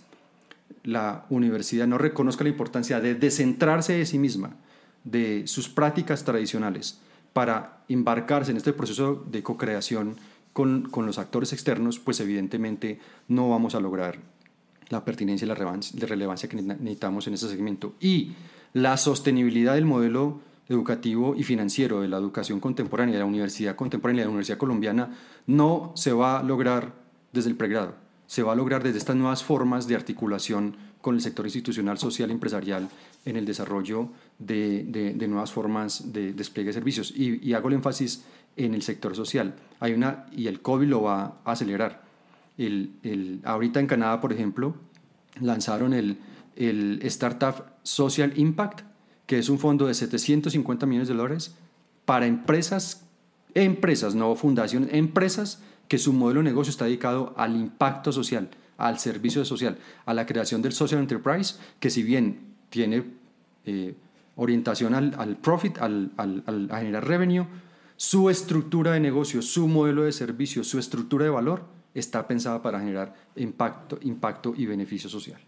[SPEAKER 3] la universidad no reconozca la importancia de descentrarse de sí misma, de sus prácticas tradicionales, para embarcarse en este proceso de co-creación con, con los actores externos, pues evidentemente no vamos a lograr la pertinencia y la relevancia, la relevancia que necesitamos en ese segmento. Y la sostenibilidad del modelo educativo y financiero de la educación contemporánea, de la universidad contemporánea, de la universidad colombiana, no se va a lograr desde el pregrado, se va a lograr desde estas nuevas formas de articulación con el sector institucional, social y empresarial en el desarrollo de, de, de nuevas formas de despliegue de servicios. Y, y hago el énfasis en el sector social. Hay una, y el COVID lo va a acelerar. El, el, ahorita en Canadá, por ejemplo, lanzaron el, el Startup Social Impact, que es un fondo de setecientos cincuenta millones de dólares para empresas, empresas, no fundaciones, empresas que su modelo de negocio está dedicado al impacto social, al servicio social, a la creación del social enterprise, que si bien tiene eh, orientación al, al profit, al, al, al, a generar revenue, su estructura de negocio, su modelo de servicio, su estructura de valor está pensada para generar impacto, impacto y beneficio social.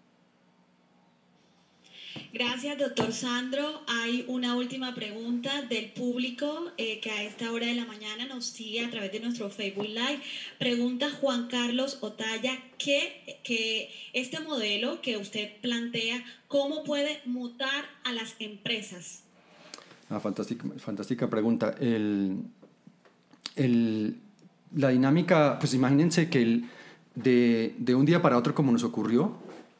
[SPEAKER 2] Gracias, doctor Sandro. Hay una última pregunta del público eh, que a esta hora de la mañana nos sigue a través de nuestro Facebook Live. Pregunta Juan Carlos Otaya que, que este modelo que usted plantea, ¿cómo puede mutar a las empresas?
[SPEAKER 3] Ah, fantástica, fantástica pregunta. El, el, la dinámica, pues imagínense que el, de, de un día para otro, como nos ocurrió,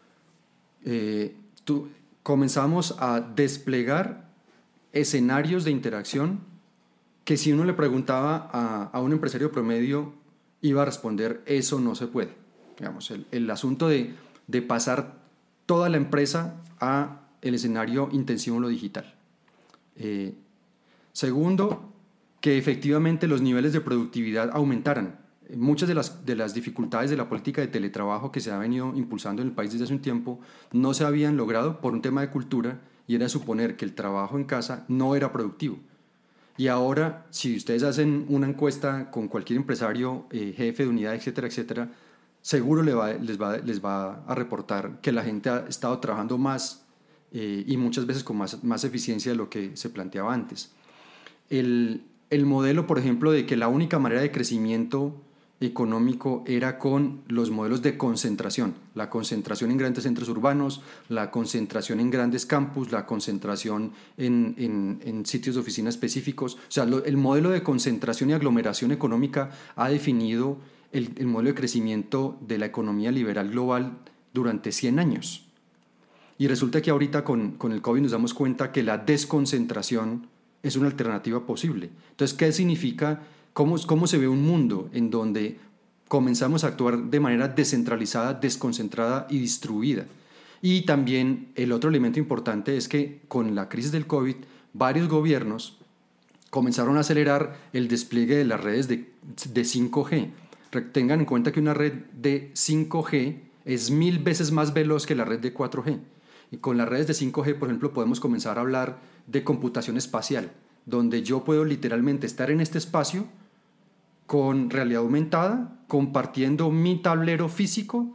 [SPEAKER 3] eh, tú... comenzamos a desplegar escenarios de interacción que si uno le preguntaba a, a un empresario promedio iba a responder eso no se puede. Digamos, el, el asunto de, de pasar toda la empresa a el escenario intensivo en lo digital. Eh, segundo, que efectivamente los niveles de productividad aumentaran. Muchas de las, de las dificultades de la política de teletrabajo que se ha venido impulsando en el país desde hace un tiempo no se habían logrado por un tema de cultura, y era suponer que el trabajo en casa no era productivo. Y ahora, si ustedes hacen una encuesta con cualquier empresario, eh, jefe de unidad, etcétera, etcétera, seguro les va, les va, les va a reportar que la gente ha estado trabajando más eh, y muchas veces con más, más eficiencia de lo que se planteaba antes. El, el modelo, por ejemplo, de que la única manera de crecimiento económico era con los modelos de concentración, la concentración en grandes centros urbanos, la concentración en grandes campus, la concentración en, en, en sitios de oficina específicos. O sea, lo, el modelo de concentración y aglomeración económica ha definido el, el modelo de crecimiento de la economía liberal global durante cien años. Y resulta que ahorita con, con el COVID nos damos cuenta que la desconcentración es una alternativa posible. Entonces, ¿qué significa? ¿Cómo, ¿Cómo se ve un mundo en donde comenzamos a actuar de manera descentralizada, desconcentrada y distribuida? Y también el otro elemento importante es que con la crisis del COVID, varios gobiernos comenzaron a acelerar el despliegue de las redes de, de cinco G. Tengan en cuenta que una red de cinco G es mil veces más veloz que la red de cuatro G. Y con las redes de cinco G, por ejemplo, podemos comenzar a hablar de computación espacial, donde yo puedo literalmente estar en este espacio con realidad aumentada, compartiendo mi tablero físico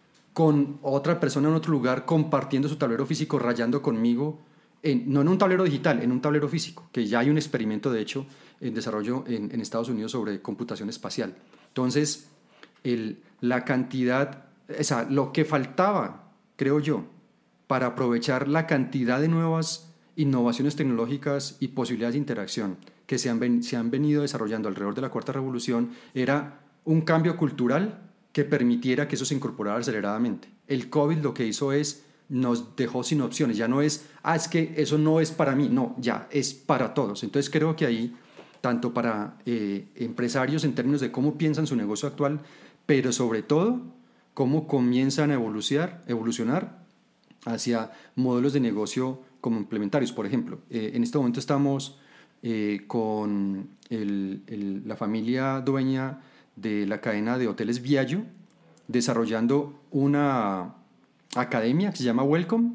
[SPEAKER 3] con otra persona en otro lugar, compartiendo su tablero físico, rayando conmigo, en, no en un tablero digital, en un tablero físico, que ya hay un experimento, de hecho, en desarrollo en, en Estados Unidos sobre computación espacial. Entonces, el, la cantidad, o sea, lo que faltaba, creo yo, para aprovechar la cantidad de nuevas innovaciones tecnológicas y posibilidades de interacción que se han, ven, se han venido desarrollando alrededor de la Cuarta Revolución, era un cambio cultural que permitiera que eso se incorporara aceleradamente. El COVID lo que hizo es, nos dejó sin opciones, ya no es, ah, es que eso no es para mí, no, ya, es para todos. Entonces creo que ahí, tanto para eh, empresarios en términos de cómo piensan su negocio actual, pero sobre todo, cómo comienzan a evolucionar, evolucionar hacia modelos de negocio como implementarios. Por ejemplo, eh, en este momento estamos eh, con el, el, la familia dueña de la cadena de hoteles Viallo desarrollando una academia que se llama Welcome,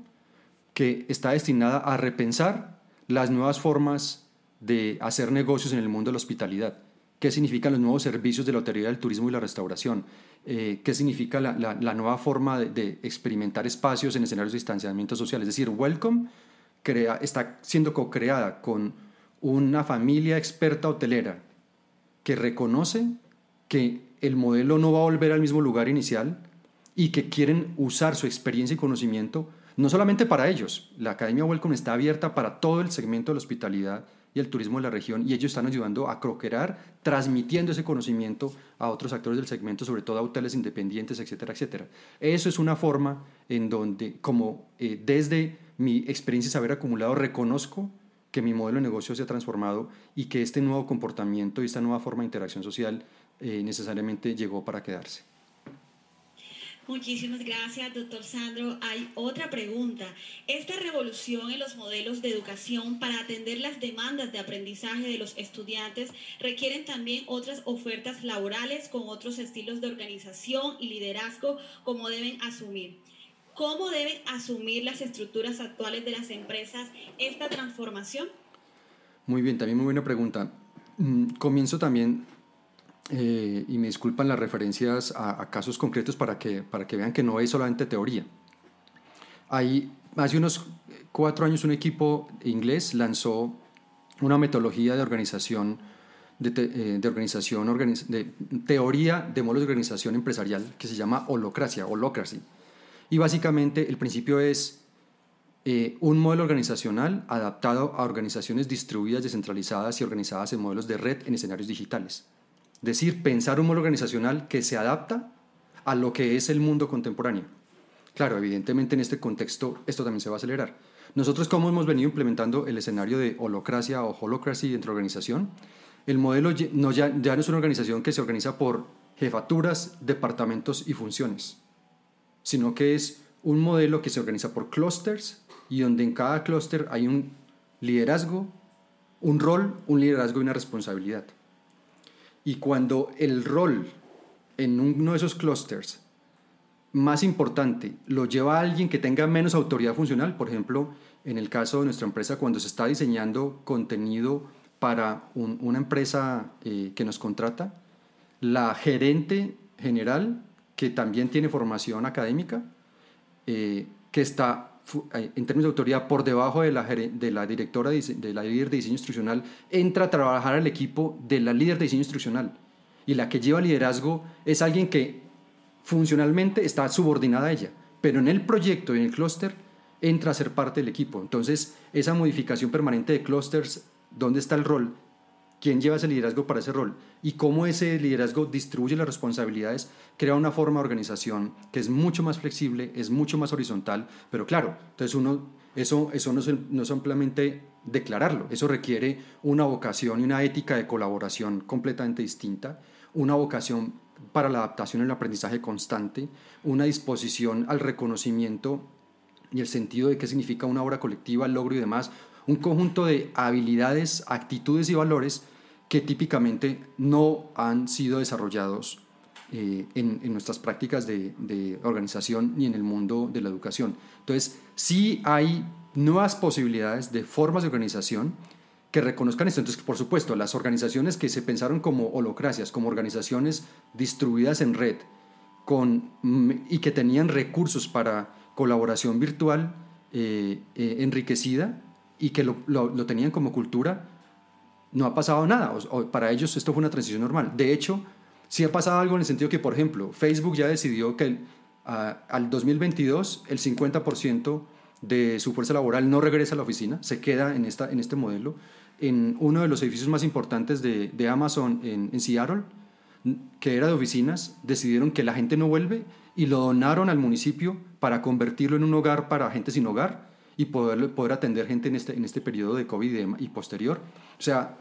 [SPEAKER 3] que está destinada a repensar las nuevas formas de hacer negocios en el mundo de la hospitalidad. ¿Qué significan los nuevos servicios de la hotelería, del turismo y la restauración? Eh, ¿Qué significa la, la, la nueva forma de, de experimentar espacios en escenarios de distanciamiento social? Es decir, Welcome crea, está siendo co-creada con una familia experta hotelera que reconoce que el modelo no va a volver al mismo lugar inicial y que quieren usar su experiencia y conocimiento no solamente para ellos. La Academia Welcome está abierta para todo el segmento de la hospitalidad y el turismo de la región, y ellos están ayudando a co-crear, transmitiendo ese conocimiento a otros actores del segmento, sobre todo a hoteles independientes, etcétera, etcétera. Eso es una forma en donde, como eh, desde mi experiencia y saber acumulado, reconozco que mi modelo de negocio se ha transformado y que este nuevo comportamiento y esta nueva forma de interacción social eh, necesariamente llegó para quedarse.
[SPEAKER 2] Muchísimas gracias, doctor Sandro. Hay otra pregunta. ¿Esta revolución en los modelos de educación para atender las demandas de aprendizaje de los estudiantes requieren también otras ofertas laborales con otros estilos de organización y liderazgo como deben asumir? ¿Cómo deben asumir las estructuras actuales de las empresas esta transformación?
[SPEAKER 3] Muy bien, también muy buena pregunta. Comienzo también... Eh, y me disculpan las referencias a, a casos concretos para que, para que vean que no es solamente teoría. Hay, hace unos cuatro años un equipo inglés lanzó una metodología de organización, de, te, eh, de, organización organiz, de teoría de modelos de organización empresarial que se llama holocracia, holocracy. Y básicamente el principio es eh, un modelo organizacional adaptado a organizaciones distribuidas, descentralizadas y organizadas en modelos de red en escenarios digitales. Es decir, pensar un modelo organizacional que se adapta a lo que es el mundo contemporáneo. Claro, evidentemente en este contexto esto también se va a acelerar. Nosotros, como hemos venido implementando el escenario de holocracia o holocracy dentro de la organización, el modelo no, ya, ya no es una organización que se organiza por jefaturas, departamentos y funciones, sino que es un modelo que se organiza por clústeres y donde en cada clúster hay un liderazgo, un rol, un liderazgo y una responsabilidad. Y cuando el rol en uno de esos clústeres más importante lo lleva a alguien que tenga menos autoridad funcional, por ejemplo, en el caso de nuestra empresa, cuando se está diseñando contenido para un, una empresa eh, que nos contrata, la gerente general, que también tiene formación académica, eh, que está en términos de autoridad por debajo de la, de la directora, de la líder de diseño instruccional, entra a trabajar al equipo de la líder de diseño instruccional. Y la que lleva liderazgo es alguien que funcionalmente está subordinada a ella, pero en el proyecto y en el clúster entra a ser parte del equipo. Entonces, esa modificación permanente de clústeres, ¿dónde está el rol? ¿Quién lleva ese liderazgo para ese rol? Y cómo ese liderazgo distribuye las responsabilidades, crea una forma de organización que es mucho más flexible, es mucho más horizontal, pero claro, entonces uno, eso, eso no, es, no es simplemente declararlo, eso requiere una vocación y una ética de colaboración completamente distinta, una vocación para la adaptación y el aprendizaje constante, una disposición al reconocimiento y el sentido de qué significa una obra colectiva, el logro y demás, un conjunto de habilidades, actitudes y valores que típicamente no han sido desarrollados eh, en, en nuestras prácticas de, de organización ni en el mundo de la educación. Entonces, sí hay nuevas posibilidades de formas de organización que reconozcan esto. Entonces, por supuesto, las organizaciones que se pensaron como holocracias, como organizaciones distribuidas en red con, y que tenían recursos para colaboración virtual eh, eh, enriquecida y que lo, lo, lo tenían como cultura, no ha pasado nada. O, o para ellos esto fue una transición normal. De hecho, sí ha pasado algo en el sentido que, por ejemplo, Facebook ya decidió que el, a, al dos mil veintidós el cincuenta por ciento de su fuerza laboral no regresa a la oficina, se queda en, esta, en este modelo. En uno de los edificios más importantes de, de Amazon en, en Seattle, que era de oficinas, decidieron que la gente no vuelve y lo donaron al municipio para convertirlo en un hogar para gente sin hogar y poder, poder atender gente en este, en este periodo de COVID y posterior. O sea,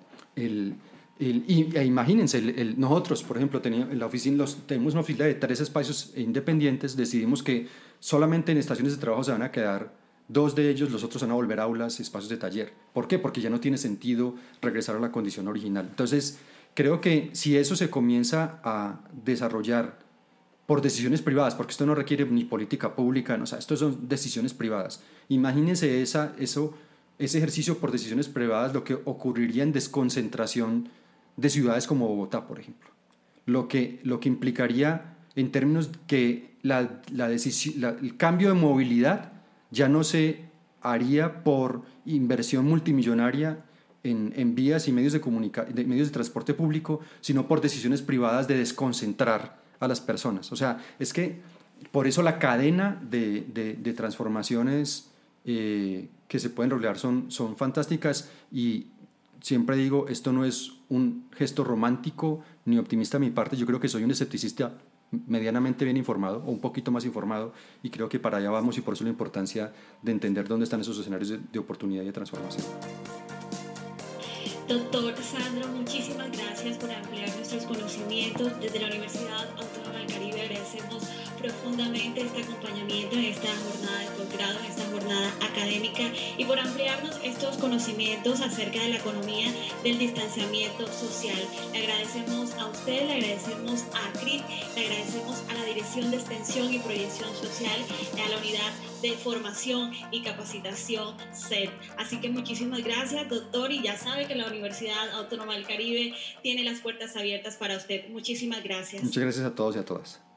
[SPEAKER 3] el, el, y, e imagínense, el, el, nosotros, por ejemplo, teníamos, en la oficina, los, tenemos una fila de tres espacios independientes, decidimos que solamente en estaciones de trabajo se van a quedar dos de ellos, los otros van a volver a aulas, espacios de taller. ¿Por qué? Porque ya no tiene sentido regresar a la condición original. Entonces, creo que si eso se comienza a desarrollar por decisiones privadas, porque esto no requiere ni política pública, no, o sea, esto son decisiones privadas. Imagínense esa, eso, ese ejercicio por decisiones privadas, lo que ocurriría en desconcentración de ciudades como Bogotá, por ejemplo. Lo que, lo que implicaría en términos que la, la decisión, la, el cambio de movilidad ya no se haría por inversión multimillonaria en, en vías y medios de, comunica, de medios de transporte público, sino por decisiones privadas de desconcentrar a las personas. O sea, es que por eso la cadena de, de, de transformaciones eh, que se pueden rodear son, son fantásticas, y siempre digo, esto no es un gesto romántico ni optimista de mi parte. Yo creo que soy un escepticista medianamente bien informado o un poquito más informado, y creo que para allá vamos, y por eso la importancia de entender dónde están esos escenarios de, de oportunidad y de transformación.
[SPEAKER 2] Doctor Sandro, muchísimas gracias por ampliar nuestros conocimientos. Desde la Universidad Autónoma del Caribe agradecemos profundamente este acompañamiento en esta jornada de posgrado, en esta jornada académica, y por ampliarnos estos conocimientos acerca de la economía del distanciamiento social. Le agradecemos a usted, le agradecemos a C R I P, le agradecemos a la Dirección de Extensión y Proyección Social, a la Unidad de Formación y Capacitación C E T. Así que muchísimas gracias, doctor, y ya sabe que la Universidad Autónoma del Caribe tiene las puertas abiertas para usted. Muchísimas gracias.
[SPEAKER 3] Muchas gracias a todos y a todas.